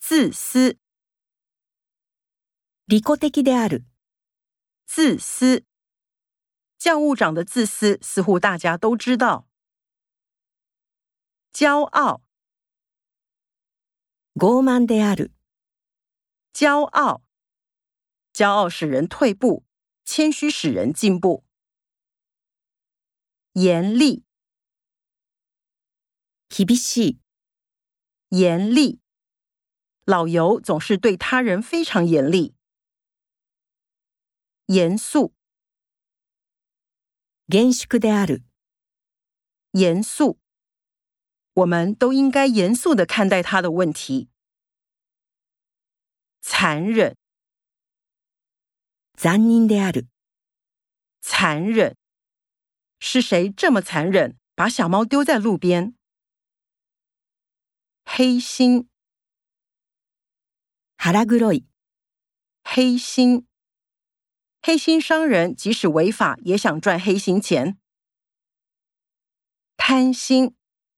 自私， 利己的である。 自私。教务长的自私似乎大家都知道。骄傲， 傲慢である。 骄傲。骄傲使人退步，谦虚使人进步。严厉， 厳しい。 严厉。老尤总是对他人非常严厉。严肃， 厳粛である。 严肃。我们都应该严肃地看待他的问题。残忍， 残忍である。 残忍。是谁这么残忍，把小猫丢在路边？黑心， 腹黒い。 黑心。黑心商人即使违法也想赚黑心钱。贪心，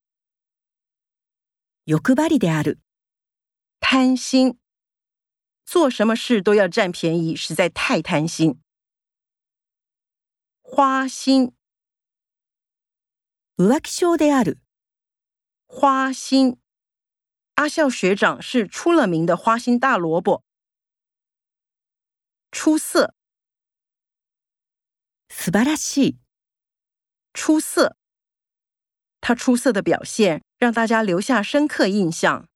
欲張りである。 贪心。做什么事都要占便宜，实在太贪心。花心， 浮気症である。 花心。阿孝学长是出了名的花心大萝卜。出色， 素晴らしい。 出色。他出色的表现让大家留下深刻印象。